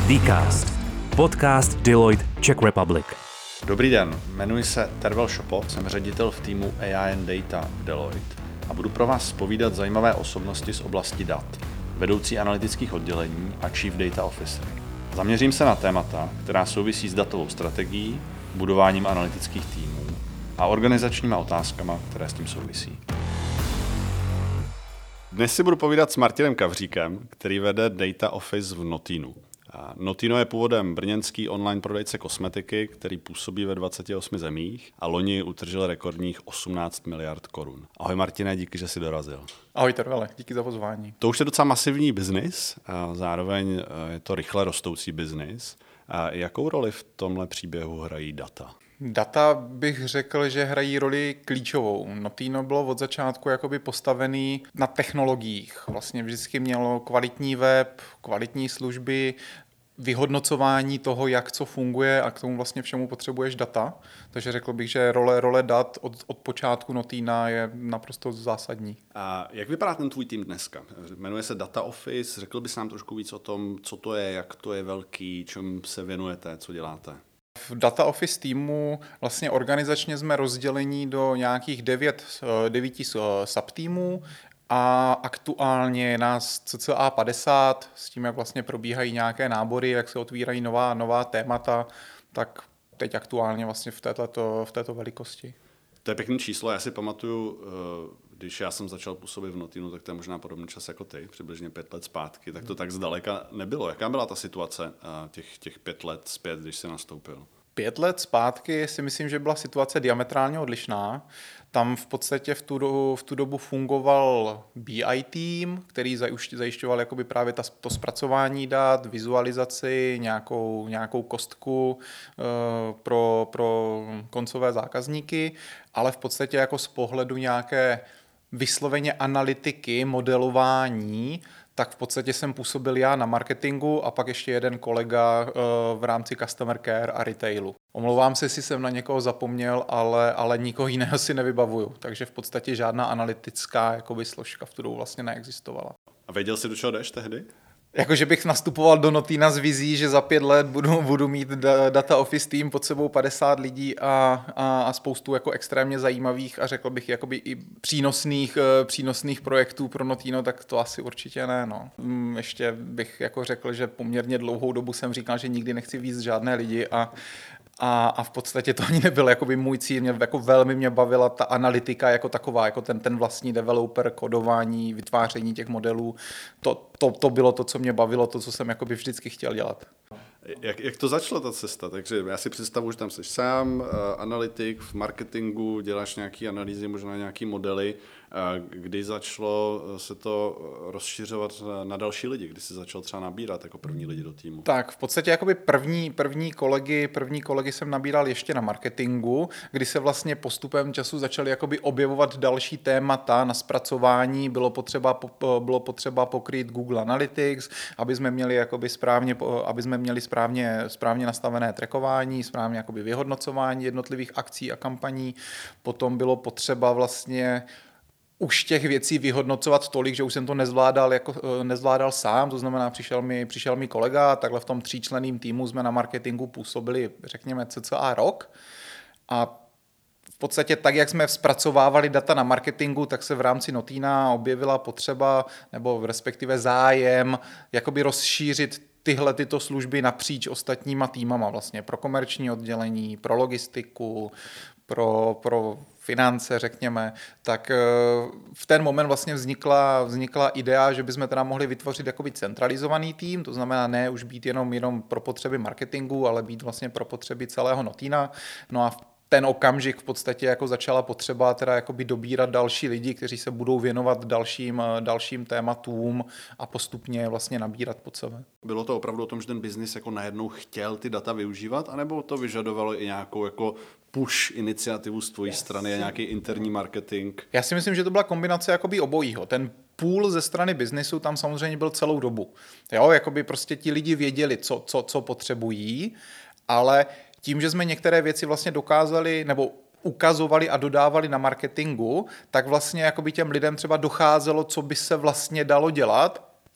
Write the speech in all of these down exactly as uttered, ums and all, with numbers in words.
dCast, podcast Deloitte Czech Republic. Dobrý den, jmenuji se Tervel Šopov, jsem ředitel v týmu A I and Data Deloitte a budu pro vás zpovídat zajímavé osobnosti z oblasti dat, vedoucí analytických oddělení a Chief Data Officer. Zaměřím se na témata, která souvisí s datovou strategií, budováním analytických týmů a organizačníma otázkama, které s tím souvisí. Dnes si budu povídat s Martinem Kavříkem, který vede Data Office v Notinu. Notino je původem brněnský online prodejce kosmetiky, který působí ve dvaceti osmi zemích a loni utržil rekordních osmnáct miliard korun. Ahoj Martine, díky, že jsi dorazil. Ahoj Tervele, díky za pozvání. To už je docela masivní biznis, a zároveň je to rychle rostoucí biznis. A jakou roli v tomhle příběhu hrají data? Data bych řekl, že hrají roli klíčovou. Notino bylo od začátku jakoby postavený na technologiích. Vlastně vždycky mělo kvalitní web, kvalitní služby, vyhodnocování toho, jak co funguje a k tomu vlastně všemu potřebuješ data. Takže řekl bych, že role, role dat od, od počátku Notina je naprosto zásadní. A jak vypadá ten tvůj tým dneska? Jmenuje se Data Office, řekl bys nám trošku víc o tom, co to je, jak to je velký, čem se věnujete, co děláte? V Data Office týmu vlastně organizačně jsme rozdělení do nějakých devět, devíti subtýmů a aktuálně je nás cca padesát s tím, jak vlastně probíhají nějaké nábory, jak se otvírají nová, nová témata, tak teď aktuálně vlastně v této, v této velikosti. To je pěkný číslo, já si pamatuju, když já jsem začal působit v Notinu, tak to je možná podobný čas jako ty, přibližně pět let zpátky, tak to tak zdaleka nebylo. Jaká byla ta situace těch, těch pět let zpět, když jsi nastoupil? Pět let zpátky si myslím, že byla situace diametrálně odlišná. Tam v podstatě v tu, do, v tu dobu fungoval B I tým, který zajišťoval jakoby právě ta, to zpracování dat, vizualizaci, nějakou, nějakou kostku uh, pro, pro koncové zákazníky, ale v podstatě jako z pohledu nějaké vysloveně analytiky, modelování, tak v podstatě jsem působil já na marketingu a pak ještě jeden kolega uh, v rámci customer care a retailu. Omlouvám se, jestli jsem na někoho zapomněl, ale, ale nikoho jiného si nevybavuju. Takže v podstatě žádná analytická jakoby, složka v tu dobu vlastně neexistovala. A věděl jsi, do čeho jdeš tehdy? Jakože bych nastupoval do Notina s vizí, že za pět let budu, budu mít Data Office tým pod sebou padesát lidí a, a, a spoustu jako extrémně zajímavých a řekl bych jakoby i přínosných, přínosných projektů pro Notino, tak to asi určitě ne. No. Ještě bych jako řekl, že poměrně dlouhou dobu jsem říkal, že nikdy nechci víc žádné lidi a A, a v podstatě to ani nebyl jakoby můj cíl, mě jako velmi mě bavila ta analytika jako taková, jako ten, ten vlastní developer, kodování, vytváření těch modelů. To, to, to bylo to, co mě bavilo, to, co jsem jakoby vždycky chtěl dělat. Jak, jak to začala ta cesta? Takže já si představuji, že tam jsi sám, uh, analytik v marketingu, děláš nějaké analýzy, možná nějaké modely. Uh, kdy začalo se to rozšiřovat na další lidi? Kdy jsi začal třeba nabírat jako první lidi do týmu? Tak v podstatě jakoby první, první, kolegy, první kolegy jsem nabíral ještě na marketingu, kdy se vlastně postupem času začaly jakoby objevovat další témata na zpracování. Bylo potřeba, bylo potřeba pokrýt Google Analytics, aby jsme měli jakoby správně, aby jsme měli správně, správně nastavené trackování, správně jakoby vyhodnocování jednotlivých akcí a kampaní. Potom bylo potřeba vlastně už těch věcí vyhodnocovat tolik, že už jsem to nezvládal, jako, nezvládal sám, to znamená, přišel mi, přišel mi kolega, takhle v tom tříčlenným týmu jsme na marketingu působili, řekněme, cca rok a v podstatě tak, jak jsme zpracovávali data na marketingu, tak se v rámci Notina objevila potřeba, nebo respektive zájem, jakoby rozšířit tyhle tyto služby napříč ostatníma týmama vlastně, pro komerční oddělení, pro logistiku, pro, pro finance, řekněme, tak v ten moment vlastně vznikla, vznikla idea, že bychom teda mohli vytvořit jakoby centralizovaný tým, to znamená ne už být jenom, jenom pro potřeby marketingu, ale být vlastně pro potřeby celého Notina. No a v ten okamžik v podstatě jako začala potřeba teda jakoby dobírat další lidi, kteří se budou věnovat dalším, dalším tématům a postupně vlastně nabírat pod sebe. Bylo to opravdu o tom, že ten biznis jako najednou chtěl ty data využívat, anebo to vyžadovalo i nějakou jako push iniciativu z tvojí strany a nějaký interní marketing? Já si myslím, že to byla kombinace jakoby obojího. Ten půl ze strany biznesu tam samozřejmě byl celou dobu. Jo, jakoby prostě ti lidi věděli, co, co, co potřebují, ale tím, že jsme některé věci vlastně dokázali nebo ukazovali a dodávali na marketingu, tak vlastně jakoby těm lidem třeba docházelo, co by se vlastně dalo dělat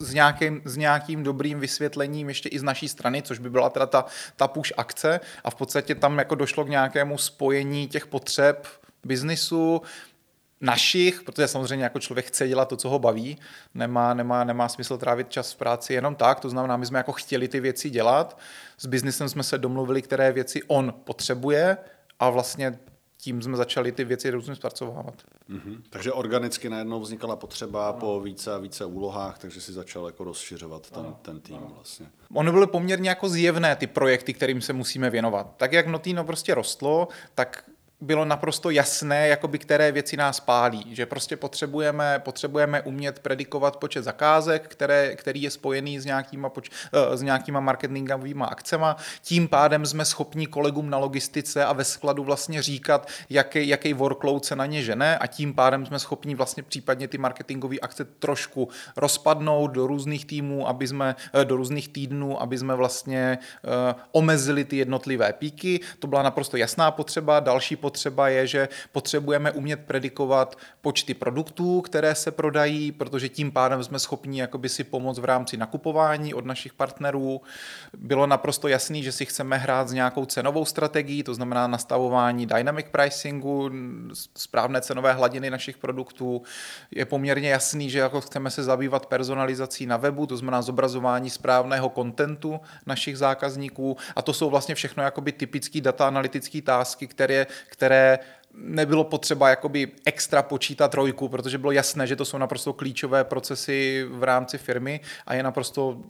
s nějakým, s nějakým dobrým vysvětlením ještě i z naší strany, což by byla teda ta, ta push akce a v podstatě tam jako došlo k nějakému spojení těch potřeb biznisu, našich, protože samozřejmě jako člověk chce dělat to, co ho baví, nemá, nemá, nemá smysl trávit čas v práci jenom tak, to znamená, my jsme jako chtěli ty věci dělat, s biznisem jsme se domluvili, které věci on potřebuje a vlastně tím jsme začali ty věci různě zpracovávat. Mm-hmm. Takže organicky najednou vznikala potřeba ano. po více a více úlohách, takže si začal jako rozšiřovat ten, ten tým vlastně. Ono byly poměrně jako zjevné ty projekty, kterým se musíme věnovat. Tak jak Notino prostě rostlo, tak bylo naprosto jasné, jakoby, které věci nás pálí, že prostě potřebujeme, potřebujeme umět predikovat počet zakázek, které, který je spojený s nějakýma, poč, s nějakýma marketingovýma akcema. Tím pádem jsme schopni kolegům na logistice a ve skladu vlastně říkat, jaký, jaký workload se na ně žene a tím pádem jsme schopni vlastně případně ty marketingové akce trošku rozpadnout do různých týmů, aby jsme, do různých týdnů, aby jsme vlastně uh, omezili ty jednotlivé píky. To byla naprosto jasná potřeba. Další potřeba Potřeba je, že potřebujeme umět predikovat počty produktů, které se prodají, protože tím pádem jsme schopni jakoby si pomoct v rámci nakupování od našich partnerů. Bylo naprosto jasný, že si chceme hrát s nějakou cenovou strategií, to znamená nastavování dynamic pricingu, správné cenové hladiny našich produktů. Je poměrně jasný, že jako chceme se zabývat personalizací na webu, to znamená zobrazování správného kontentu našich zákazníků a to jsou vlastně všechno jakoby typický data analytický tásky, které které nebylo potřeba jakoby extra počítat trojku, protože bylo jasné, že to jsou naprosto klíčové procesy v rámci firmy a je naprosto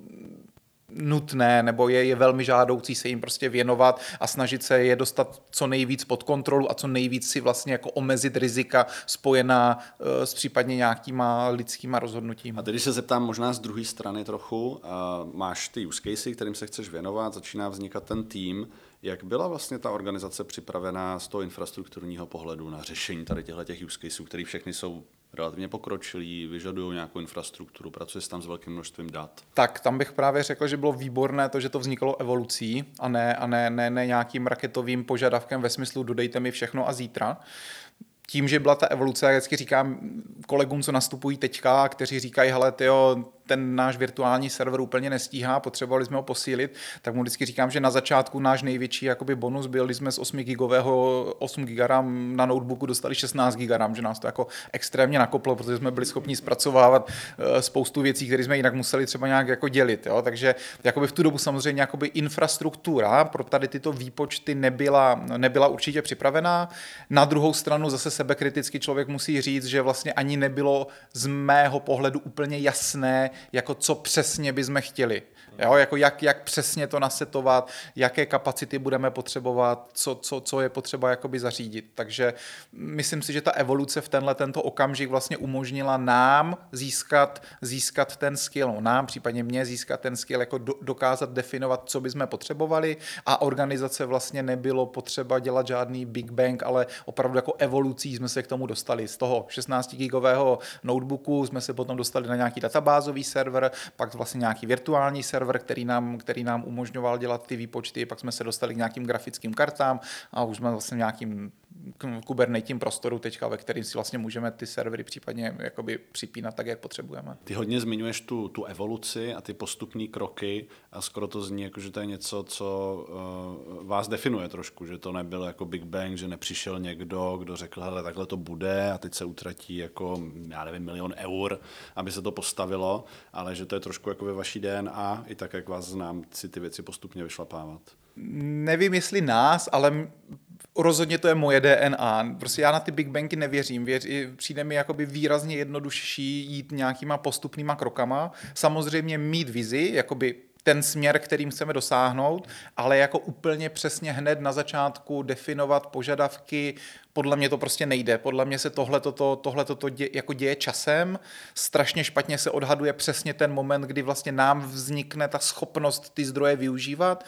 nutné nebo je, je velmi žádoucí se jim prostě věnovat a snažit se je dostat co nejvíc pod kontrolu a co nejvíc si vlastně jako omezit rizika spojená uh, s případně nějakýma lidskýma rozhodnutími. A teď, když se zeptám možná z druhé strany trochu, uh, máš ty use casey, kterým se chceš věnovat, začíná vznikat ten tým. Jak byla vlastně ta organizace připravená z toho infrastrukturního pohledu na řešení tady těchto těch use caseů, které všechny jsou relativně pokročilí, vyžadují nějakou infrastrukturu, pracuje se tam s velkým množstvím dat? Tak tam bych právě řekl, že bylo výborné to, že to vzniklo evolucí a ne, a ne, ne, ne nějakým raketovým požadavkem ve smyslu dodejte mi všechno a zítra. Tím, že byla ta evoluce, já vždycky říkám kolegům, co nastupují teďka, kteří říkají, hele, tyjo, ten náš virtuální server úplně nestíhá, potřebovali jsme ho posílit, tak mu vždycky říkám, že na začátku náš největší jakoby bonus byl, když jsme z osm gigového osm gigaram na notebooku dostali šestnáct gigaram, že nás to jako extrémně nakoplo, protože jsme byli schopni zpracovávat spoustu věcí, které jsme jinak museli třeba nějak jako dělit. Jo? Takže jakoby v tu dobu samozřejmě jakoby infrastruktura pro tady tyto výpočty nebyla, nebyla určitě připravená. Na druhou stranu zase sebekriticky člověk musí říct, že vlastně ani nebylo z mého pohledu úplně jasné, jako co přesně bychom chtěli. Jo? Jako jak, jak přesně to nasetovat, jaké kapacity budeme potřebovat, co, co, co je potřeba jakoby zařídit. Takže myslím si, že ta evoluce v tenhle tento okamžik vlastně umožnila nám získat, získat ten skill, nám, případně mě získat ten skill, jako do, dokázat definovat, co bychom potřebovali a organizace vlastně nebylo potřeba dělat žádný big bang, ale opravdu jako evolucí jsme se k tomu dostali. Z toho šestnáct gigového notebooku jsme se potom dostali na nějaký databázový server, pak vlastně nějaký virtuální server, který nám, který nám umožňoval dělat ty výpočty, pak jsme se dostali k nějakým grafickým kartám a už jsme vlastně v nějakým kubernetním prostoru teďka, ve kterým si vlastně můžeme ty servery případně jakoby připínat tak, jak potřebujeme. Ty hodně zmiňuješ tu, tu evoluci a ty postupné kroky a skoro to zní jako, že to je něco, co uh, vás definuje trošku, že to nebylo jako Big Bang, že nepřišel někdo, kdo řekl, hele, takhle to bude a teď se utratí jako, já nevím, milion eur, aby se to postavilo, ale že to je trošku jako ve vaší D N A i tak, jak vás znám, si ty věci postupně vyšlapávat. Nevím, jestli nás, ale rozhodně to je moje D N A. Prostě já na ty Big Bangy nevěřím. Věř, přijde mi jakoby výrazně jednodušší jít nějakýma postupnýma krokama. Samozřejmě mít vizi, jakoby ten směr, kterým chceme dosáhnout, ale jako úplně přesně hned na začátku definovat požadavky, podle mě to prostě nejde. Podle mě se tohleto tohleto dě, jako děje časem. Strašně špatně se odhaduje přesně ten moment, kdy vlastně nám vznikne ta schopnost ty zdroje využívat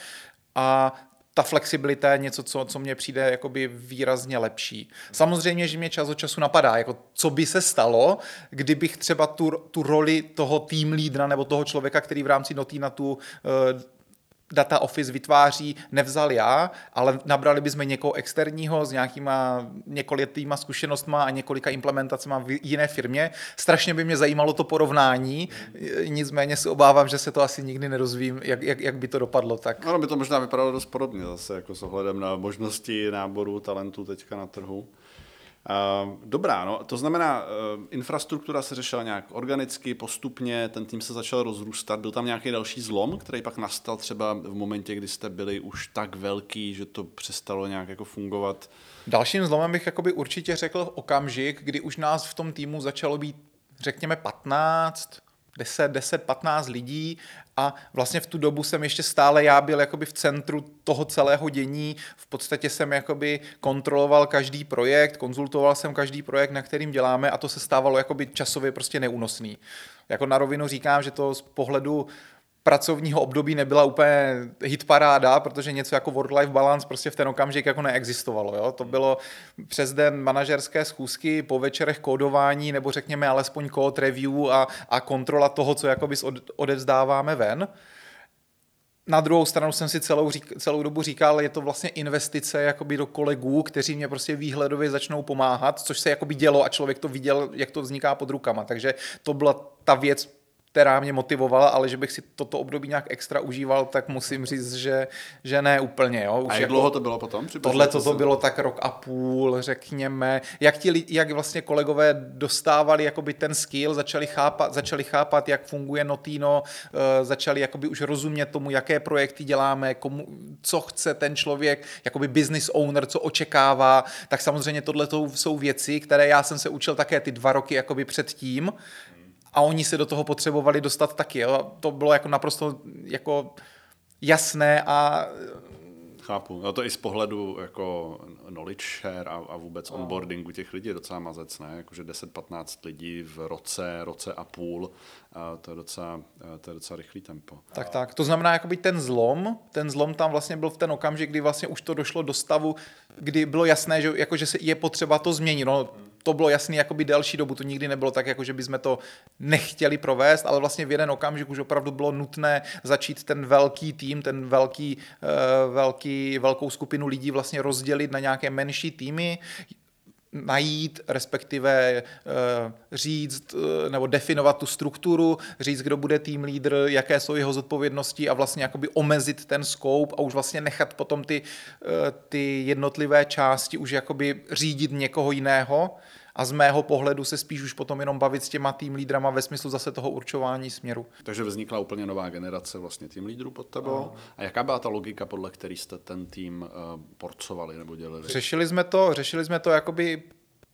a ta flexibilita je něco, co, co mně přijde jakoby výrazně lepší. Samozřejmě, že mě čas od času napadá, jako co by se stalo, kdybych třeba tu, tu roli toho team lídra nebo toho člověka, který v rámci Notina tu uh, data office vytváří, nevzal já, ale nabrali bychom někoho externího s nějakýma několikýma zkušenostma a několika implementacemi v jiné firmě. Strašně by mě zajímalo to porovnání, nicméně se obávám, že se to asi nikdy nerozvím, jak, jak, jak by to dopadlo. Tak. Ano, by to možná vypadalo dost podobně zase, jako s ohledem na možnosti náboru talentů teďka na trhu. Uh, dobrá, no, to znamená, uh, infrastruktura se řešila nějak organicky, postupně, ten tým se začal rozrůstat, byl tam nějaký další zlom, který pak nastal třeba v momentě, kdy jste byli už tak velký, že to přestalo nějak jako fungovat? Dalším zlomem bych jakoby určitě řekl okamžik, kdy už nás v tom týmu začalo být, řekněme, patnáct, deset, patnáct lidí a vlastně v tu dobu jsem ještě stále já byl jakoby v centru toho celého dění. V podstatě jsem jakoby kontroloval každý projekt, konzultoval jsem každý projekt, na kterým děláme a to se stávalo jakoby časově prostě neúnosný. Jako na rovinu říkám, že to z pohledu pracovního období nebyla úplně hitparáda, protože něco jako work-life balance prostě v ten okamžik jako neexistovalo. Jo? To bylo přes den manažerské schůzky, po večerech kódování nebo řekněme alespoň code review a, a kontrola toho, co jakoby odevzdáváme ven. Na druhou stranu jsem si celou, řík, celou dobu říkal, je to vlastně investice jakoby do kolegů, kteří mě prostě výhledově začnou pomáhat, což se jakoby dělo a člověk to viděl, jak to vzniká pod rukama. Takže to byla ta věc, která mě motivovala, ale že bych si toto období nějak extra užíval, tak musím říct, že, že ne úplně. Jo. Už a jak jako dlouho to bylo potom? Tohle to se... bylo tak rok a půl, řekněme. Jak, ti, jak vlastně kolegové dostávali jakoby ten skill, začali chápat, začali chápat, jak funguje Notino, začali jakoby už rozumět tomu, jaké projekty děláme, komu, co chce ten člověk, jakoby business owner, co očekává, tak samozřejmě tohle jsou věci, které já jsem se učil také ty dva roky jakoby předtím, a oni se do toho potřebovali dostat taky. Jo? To bylo jako naprosto jako jasné a... Chápu. No to i z pohledu jako knowledge share a, a vůbec onboardingu těch lidí je docela mazec, ne? Jakože deset patnáct lidí v roce, roce a půl, a to je docela, to je docela rychlý tempo. Tak, tak. To znamená, jakoby ten zlom, ten zlom tam vlastně byl v ten okamžik, kdy vlastně už to došlo do stavu, kdy bylo jasné, že, jako, že se je potřeba to změnit. No, to bylo jasný jakoby delší dobu, to nikdy nebylo tak, jako že bychom to nechtěli provést, ale vlastně v jeden okamžik už opravdu bylo nutné začít ten velký tým, ten velký, uh, velký, velkou skupinu lidí vlastně rozdělit na nějaké menší týmy, najít, respektive uh, říct uh, nebo definovat tu strukturu, říct, kdo bude tým lídr, jaké jsou jeho zodpovědnosti a vlastně jakoby omezit ten scope a už vlastně nechat potom ty, uh, ty jednotlivé části už jakoby řídit někoho jiného a z mého pohledu se spíš už potom jenom bavit s těma tým lídrama ve smyslu zase toho určování směru. Takže vznikla úplně nová generace vlastně tým lídrů pod tebou. No. A jaká byla ta logika, podle který jste ten tým uh, porcovali nebo dělili? Řešili jsme to, řešili jsme to jakoby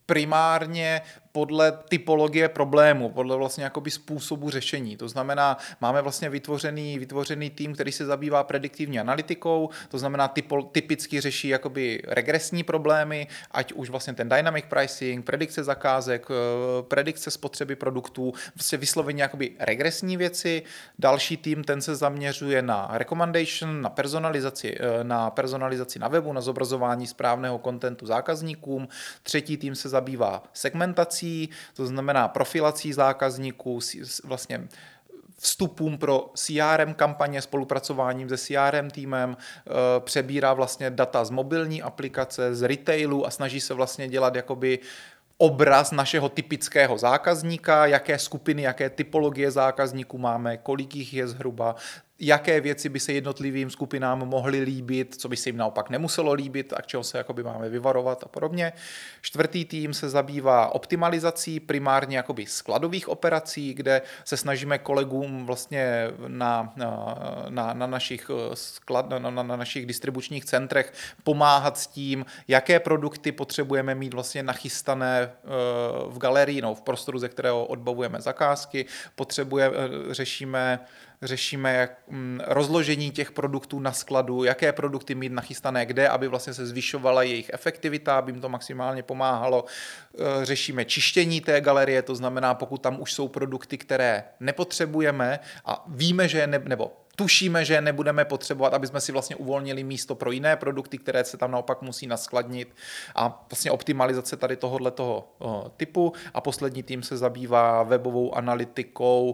primárně podle typologie problému, podle vlastně jakoby způsobu řešení. To znamená, máme vlastně vytvořený, vytvořený tým, který se zabývá prediktivní analytikou, to znamená typo, typicky řeší jakoby regresní problémy, ať už vlastně ten dynamic pricing, predikce zakázek, predikce spotřeby produktů, vlastně vysloveně jakoby regresní věci. Další tým, ten se zaměřuje na recommendation, na personalizaci, na personalizaci na webu, na zobrazování správného kontentu zákazníkům. Třetí tým se zabývá segmentací, to znamená profilací zákazníků, vlastně vstupům pro C R M kampaně, spolupracováním se C R M týmem, přebírá vlastně data z mobilní aplikace, z retailu a snaží se vlastně dělat jakoby obraz našeho typického zákazníka, jaké skupiny, jaké typologie zákazníků máme, kolik jich je zhruba, jaké věci by se jednotlivým skupinám mohly líbit, co by se jim naopak nemuselo líbit a čeho se jakoby máme vyvarovat a podobně. Čtvrtý tým se zabývá optimalizací primárně jakoby skladových operací, kde se snažíme kolegům vlastně na, na, na, našich, sklad, na, na, na našich distribučních centrech pomáhat s tím, jaké produkty potřebujeme mít vlastně nachystané v galerii, no, v prostoru, ze kterého odbavujeme zakázky, potřebujeme, řešíme řešíme jak, m, rozložení těch produktů na skladu, jaké produkty mít nachystané kde, aby vlastně se zvyšovala jejich efektivita, aby jim to maximálně pomáhalo. E, řešíme čištění té galerie, to znamená, pokud tam už jsou produkty, které nepotřebujeme a víme, že je ne, nebo tušíme, že nebudeme potřebovat, aby jsme si vlastně uvolnili místo pro jiné produkty, které se tam naopak musí naskladnit a vlastně optimalizace tady tohoto typu. A poslední tým se zabývá webovou analytikou,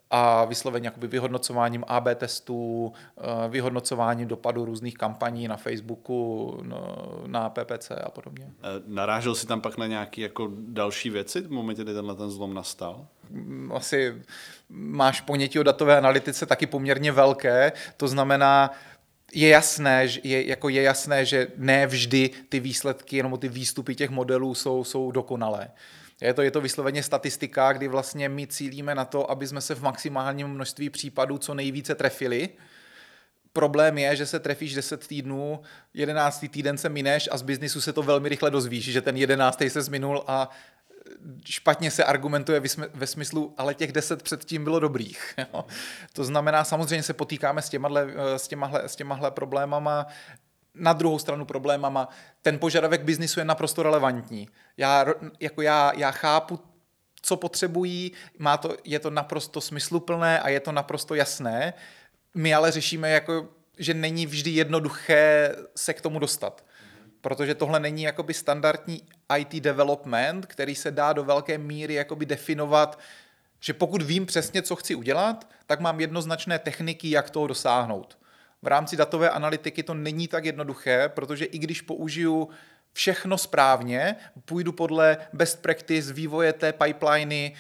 a vysloveně jakoby vyhodnocováním á bé testů, vyhodnocováním dopadu různých kampaní na Facebooku, na P P C a podobně. Narážel jsi tam pak na nějaké jako další věci v momentě, kdy tenhle ten zlom nastal? Asi máš ponětí o datové analytice taky poměrně velké, to znamená, je jasné, je, jako je jasné, že ne vždy ty výsledky nebo ty výstupy těch modelů jsou, jsou dokonalé. Je to, je to vysloveně statistika, kdy vlastně my cílíme na to, aby jsme se v maximálním množství případů co nejvíce trefili. Problém je, že se trefíš deset týdnů, jedenáctý týden se mineš a z biznisu se to velmi rychle dozvíš, že ten jedenáctý se zminul a špatně se argumentuje ve smyslu, ale těch deset předtím bylo dobrých. Jo. To znamená, samozřejmě se potýkáme s těmahle, s těmahle, s těmahle problémama. Na druhou stranu problémama, ten požadavek biznisu je naprosto relevantní. Já, jako já, já chápu, co potřebují, má to, je to naprosto smysluplné a je to naprosto jasné. My ale řešíme, jako, že není vždy jednoduché se k tomu dostat. Protože tohle není jakoby standardní í té development, který se dá do velké míry jakoby definovat, že pokud vím přesně, co chci udělat, tak mám jednoznačné techniky, jak toho dosáhnout. V rámci datové analytiky to není tak jednoduché, protože i když použiju všechno správně, půjdu podle best practice vývoje té pipeliny,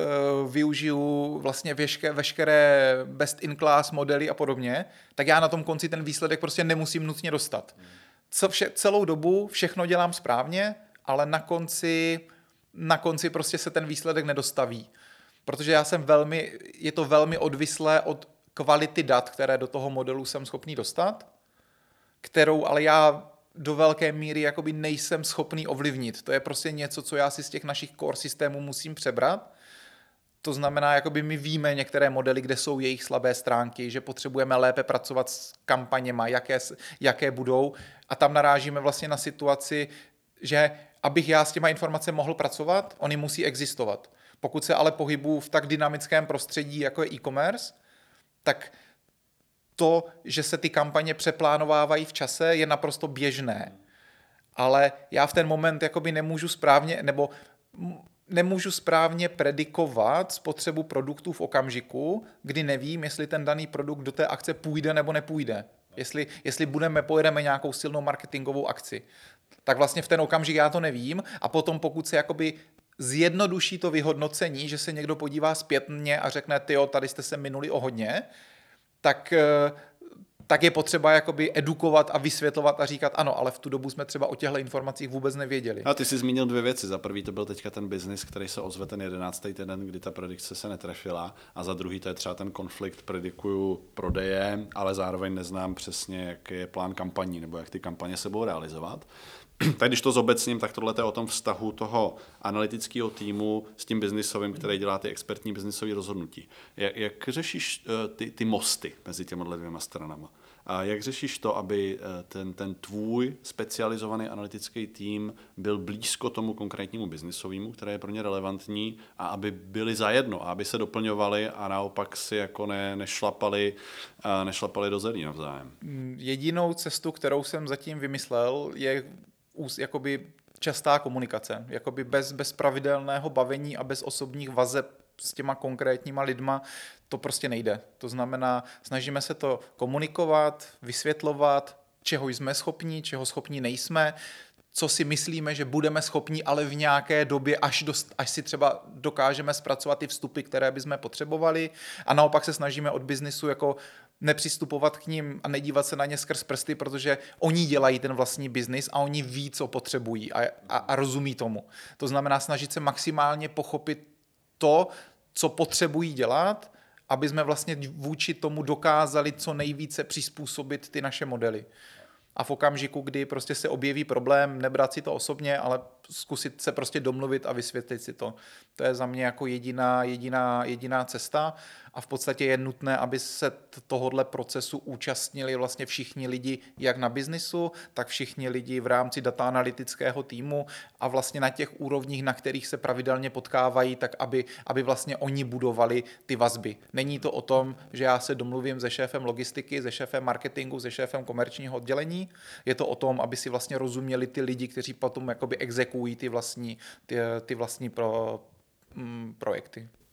využiju vlastně veškeré best in class modely a podobně, tak já na tom konci ten výsledek prostě nemusím nutně dostat. Co vše, celou dobu všechno dělám správně, ale na konci, na konci prostě se ten výsledek nedostaví. Protože já jsem velmi, je to velmi odvislé od kvality dat, které do toho modelu jsem schopný dostat, kterou ale já do velké míry jakoby nejsem schopný ovlivnit. To je prostě něco, co já si z těch našich core systémů musím přebrat. To znamená, jakoby my víme některé modely, kde jsou jejich slabé stránky, že potřebujeme lépe pracovat s kampaněma, jaké, jaké budou. A tam narážíme vlastně na situaci, že abych já s těma informacemi mohl pracovat, oni musí existovat. Pokud se ale pohybuju v tak dynamickém prostředí, jako je e-commerce, tak to, že se ty kampaně přeplánovávají v čase, je naprosto běžné. Ale já v ten moment jakoby nemůžu správně, nebo nemůžu správně predikovat spotřebu produktů v okamžiku, kdy nevím, jestli ten daný produkt do té akce půjde nebo nepůjde. Jestli, jestli budeme, pojedeme nějakou silnou marketingovou akci. Tak vlastně v ten okamžik já to nevím a potom pokud se jakoby zjednoduší to vyhodnocení, že se někdo podívá zpětně a řekne, tyjo, tady jste se minuli o hodně, tak, tak je potřeba jakoby edukovat a vysvětlovat a říkat, ano, ale v tu dobu jsme třeba o těchto informacích vůbec nevěděli. A ty jsi zmínil dvě věci. Za prvý to byl teďka ten biznis, který se ozve ten jedenáctý týden, kdy ta predikce se netrefila, a za druhý to je třeba ten konflikt, predikuju prodeje, ale zároveň neznám přesně, jaký je plán kampaní nebo jak ty kampaně se budou realizovat. Tak když to zobecním, tak tohle je o tom vztahu toho analytického týmu s tím biznisovým, který dělá ty expertní biznisové rozhodnutí. Jak, jak řešíš uh, ty, ty mosty mezi těmi dvěma stranama? A jak řešíš to, aby ten, ten tvůj specializovaný analytický tým byl blízko tomu konkrétnímu biznisovému, které je pro ně relevantní, a aby byli zajedno, a aby se doplňovali a naopak si jako ne, nešlapali, nešlapali do zelí navzájem? Jedinou cestu, kterou jsem zatím vymyslel, je jakoby častá komunikace. Jakoby bez, bez pravidelného bavení a bez osobních vazeb s těma konkrétníma lidma to prostě nejde. To znamená, snažíme se to komunikovat, vysvětlovat, čeho jsme schopní, čeho schopní nejsme, co si myslíme, že budeme schopni, ale v nějaké době, až, dost, až si třeba dokážeme zpracovat ty vstupy, které bychom potřebovali, a naopak se snažíme od biznisu jako nepřistupovat k ním a nedívat se na ně skrz prsty, protože oni dělají ten vlastní biznis a oni ví, co potřebují a, a, a rozumí tomu. To znamená snažit se maximálně pochopit to, co potřebují dělat, aby jsme vlastně vůči tomu dokázali co nejvíce přizpůsobit ty naše modely. A v okamžiku, kdy prostě se objeví problém, nebrat si to osobně, ale zkusit se prostě domluvit a vysvětlit si to. To je za mě jako jediná, jediná, jediná cesta a v podstatě je nutné, aby se tohohle procesu účastnili vlastně všichni lidi, jak na biznisu, tak všichni lidi v rámci data analytického týmu a vlastně na těch úrovních, na kterých se pravidelně potkávají, tak aby, aby vlastně oni budovali ty vazby. Není to o tom, že já se domluvím se šéfem logistiky, se šéfem marketingu, se šéfem komerčního oddělení. Je to o tom, aby si vlastně rozuměli ty lidi, kteří potom jakoby exekují ty vlastní, ty, ty vlastní pro, mm, projekty.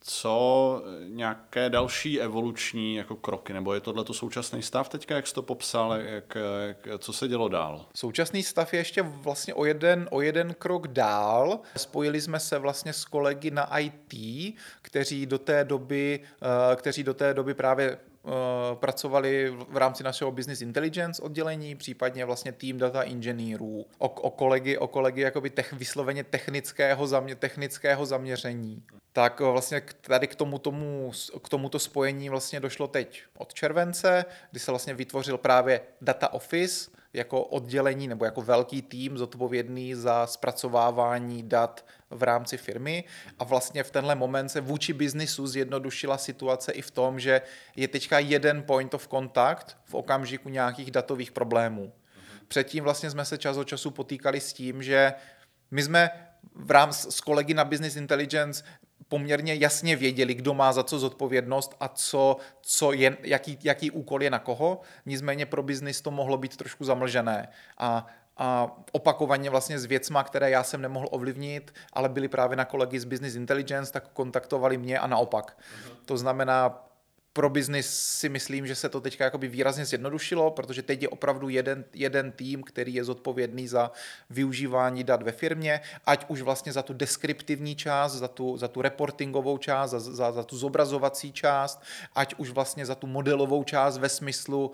Co nějaké další evoluční jako kroky, nebo je tohle to současný stav teďka, jak jsi to popsal, jak, jak, co se dělo dál? Současný stav je ještě vlastně o jeden, o jeden krok dál. Spojili jsme se vlastně s kolegy na í té, kteří do té doby, kteří do té doby právě pracovali v rámci našeho business intelligence oddělení, případně vlastně tým data inženýrů, o, o kolegy, o kolegy jakoby tech, vysloveně technického, zamě, technického zaměření. Tak vlastně tady k tomu tomu, k tomuto spojení vlastně došlo teď od července, kdy se vlastně vytvořil právě Data Office jako oddělení nebo jako velký tým zodpovědný za zpracovávání dat v rámci firmy a vlastně v tenhle moment se vůči biznisu zjednodušila situace i v tom, že je teďka jeden point of contact v okamžiku nějakých datových problémů. Předtím vlastně jsme se čas od času potýkali s tím, že my jsme v rámci s kolegy na Business Intelligence poměrně jasně věděli, kdo má za co zodpovědnost a co, co je, jaký, jaký úkol je na koho. Nicméně pro biznis to mohlo být trošku zamlžené. A, a opakovaně vlastně s věcma, které já jsem nemohl ovlivnit, ale byli právě na kolegy z Business Intelligence, tak kontaktovali mě a naopak. Uh-huh. To znamená, pro biznis si myslím, že se to teďka jakoby výrazně zjednodušilo, protože teď je opravdu jeden, jeden tým, který je zodpovědný za využívání dat ve firmě, ať už vlastně za tu deskriptivní část, za tu, za tu reportingovou část, za, za, za tu zobrazovací část, ať už vlastně za tu modelovou část ve smyslu,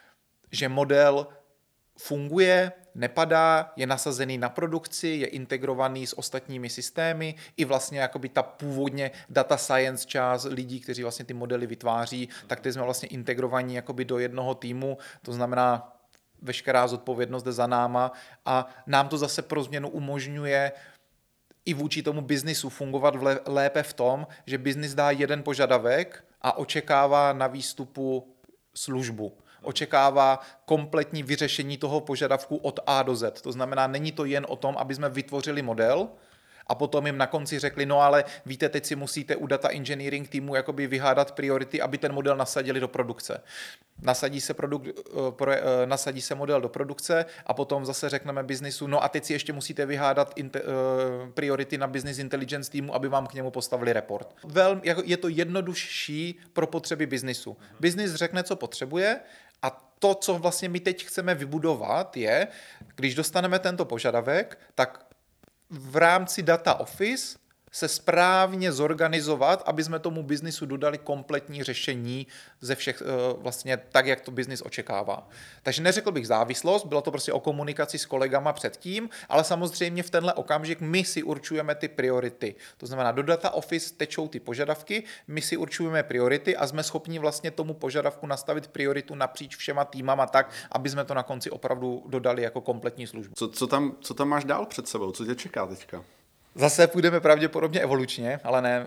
že model funguje, nepadá, je nasazený na produkci, je integrovaný s ostatními systémy i vlastně jakoby ta původně data science část lidí, kteří vlastně ty modely vytváří, tak ty jsme vlastně integrovaní jakoby do jednoho týmu, to znamená veškerá zodpovědnost jde za náma a nám to zase pro změnu umožňuje i vůči tomu biznisu fungovat lépe v tom, že biznis dá jeden požadavek a očekává na výstupu službu. Očekává kompletní vyřešení toho požadavku od A do Z. To znamená, není to jen o tom, aby jsme vytvořili model a potom jim na konci řekli, no ale víte, teď si musíte u data engineering týmu jakoby vyhádat priority, aby ten model nasadili do produkce. Nasadí se, produkt, pro, nasadí se model do produkce a potom zase řekneme biznisu, no a teď si ještě musíte vyhádat inte, priority na business intelligence týmu, aby vám k němu postavili report. Velmi, je to jednodušší pro potřeby biznisu. Biznis řekne, co potřebuje a to, co vlastně my teď chceme vybudovat, je, když dostaneme tento požadavek, tak v rámci Data Office se správně zorganizovat, aby jsme tomu biznisu dodali kompletní řešení ze všech, vlastně tak, jak to biznis očekává. Takže neřekl bych závislost, bylo to prostě o komunikaci s kolegama předtím, ale samozřejmě v tenhle okamžik my si určujeme ty priority. To znamená, do Data Office tečou ty požadavky, my si určujeme priority a jsme schopni vlastně tomu požadavku nastavit prioritu napříč všema týmama tak, aby jsme to na konci opravdu dodali jako kompletní službu. Co, co, tam, co tam máš dál před sebou? Co tě čeká teďka? Zase půjdeme pravděpodobně evolučně, ale ne. Uh,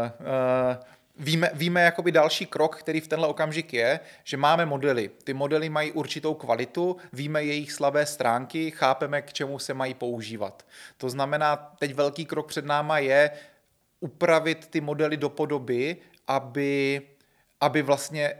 uh, víme, víme jakoby další krok, který v tenhle okamžik je, že máme modely. Ty modely mají určitou kvalitu, víme jejich slabé stránky, chápeme, k čemu se mají používat. To znamená, teď velký krok před náma je upravit ty modely do podoby, aby, aby vlastně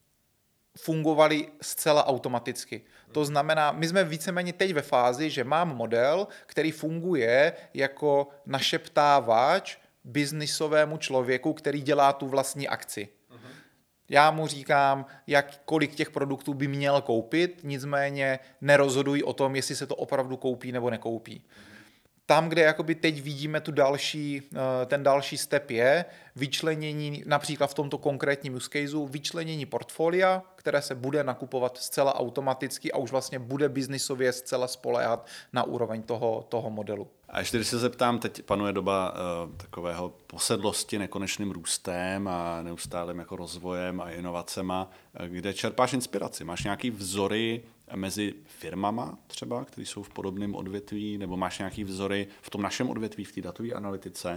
fungovaly zcela automaticky. To znamená, my jsme víceméně teď ve fázi, že mám model, který funguje jako našeptávač biznisovému člověku, který dělá tu vlastní akci. Uh-huh. Já mu říkám, jak, kolik těch produktů by měl koupit, nicméně nerozhoduji o tom, jestli se to opravdu koupí nebo nekoupí. Uh-huh. Tam, kde jakoby teď vidíme tu další, ten další step je vyčlenění, například v tomto konkrétním use caseu, vyčlenění portfolia, které se bude nakupovat zcela automaticky a už vlastně bude biznisově zcela spoléhat na úroveň toho, toho modelu. A ještě když se zeptám, teď panuje doba uh, takového posedlosti nekonečným růstem a neustálým jako rozvojem a inovacema, kde čerpáš inspiraci? Máš nějaký vzory mezi firmama třeba, které jsou v podobném odvětví, nebo máš nějaký vzory v tom našem odvětví, v té datové analytice?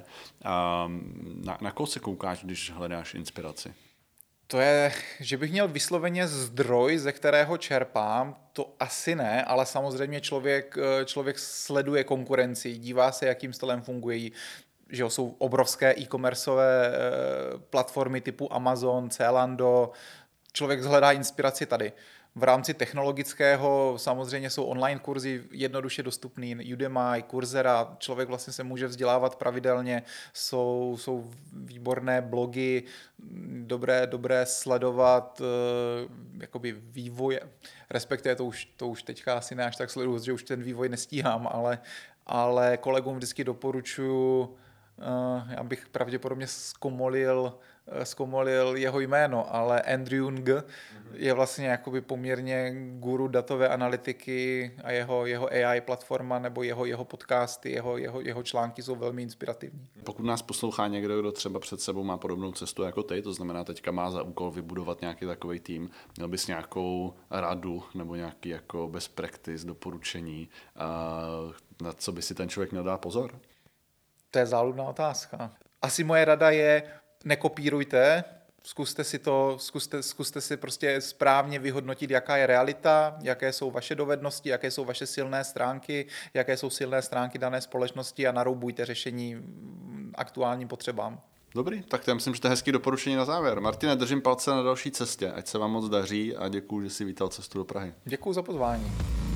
Um, na, na koho se koukáš, když hledáš inspiraci? To je, že bych měl vysloveně zdroj, ze kterého čerpám, to asi ne, ale samozřejmě člověk, člověk sleduje konkurenci, dívá se, jakým stylem fungují, že jsou obrovské e-commerceové platformy typu Amazon, Zalando, člověk hledá inspiraci tady. V rámci technologického samozřejmě jsou online kurzy jednoduše dostupný, Udemy, Coursera, člověk vlastně se může vzdělávat pravidelně, jsou, jsou výborné blogy, dobré, dobré sledovat uh, jakoby vývoj, respektive to už, to už teďka asi ne až tak sleduju, že už ten vývoj nestíhám, ale, ale kolegům vždycky doporučuji, Uh, já bych pravděpodobně zkomolil, uh, zkomolil jeho jméno, ale Andrew Ng mm-hmm. je vlastně jakoby poměrně guru datové analytiky a jeho, jeho A I platforma nebo jeho, jeho podcasty, jeho, jeho, jeho články jsou velmi inspirativní. Pokud nás poslouchá někdo, kdo třeba před sebou má podobnou cestu jako ty, to znamená teďka má za úkol vybudovat nějaký takový tým, měl bys nějakou radu nebo nějaký jako best practice, doporučení, uh, na co by si ten člověk měl dát pozor? To je záludná otázka. Asi moje rada je, nekopírujte, zkuste si to, zkuste, zkuste si prostě správně vyhodnotit, jaká je realita, jaké jsou vaše dovednosti, jaké jsou vaše silné stránky, jaké jsou silné stránky dané společnosti a naroubujte řešení aktuálním potřebám. Dobrý, tak to já myslím, že to je hezký doporučení na závěr. Martine, držím palce na další cestě, ať se vám moc daří a děkuju, že jsi vítal cestu do Prahy. Děkuju za pozvání.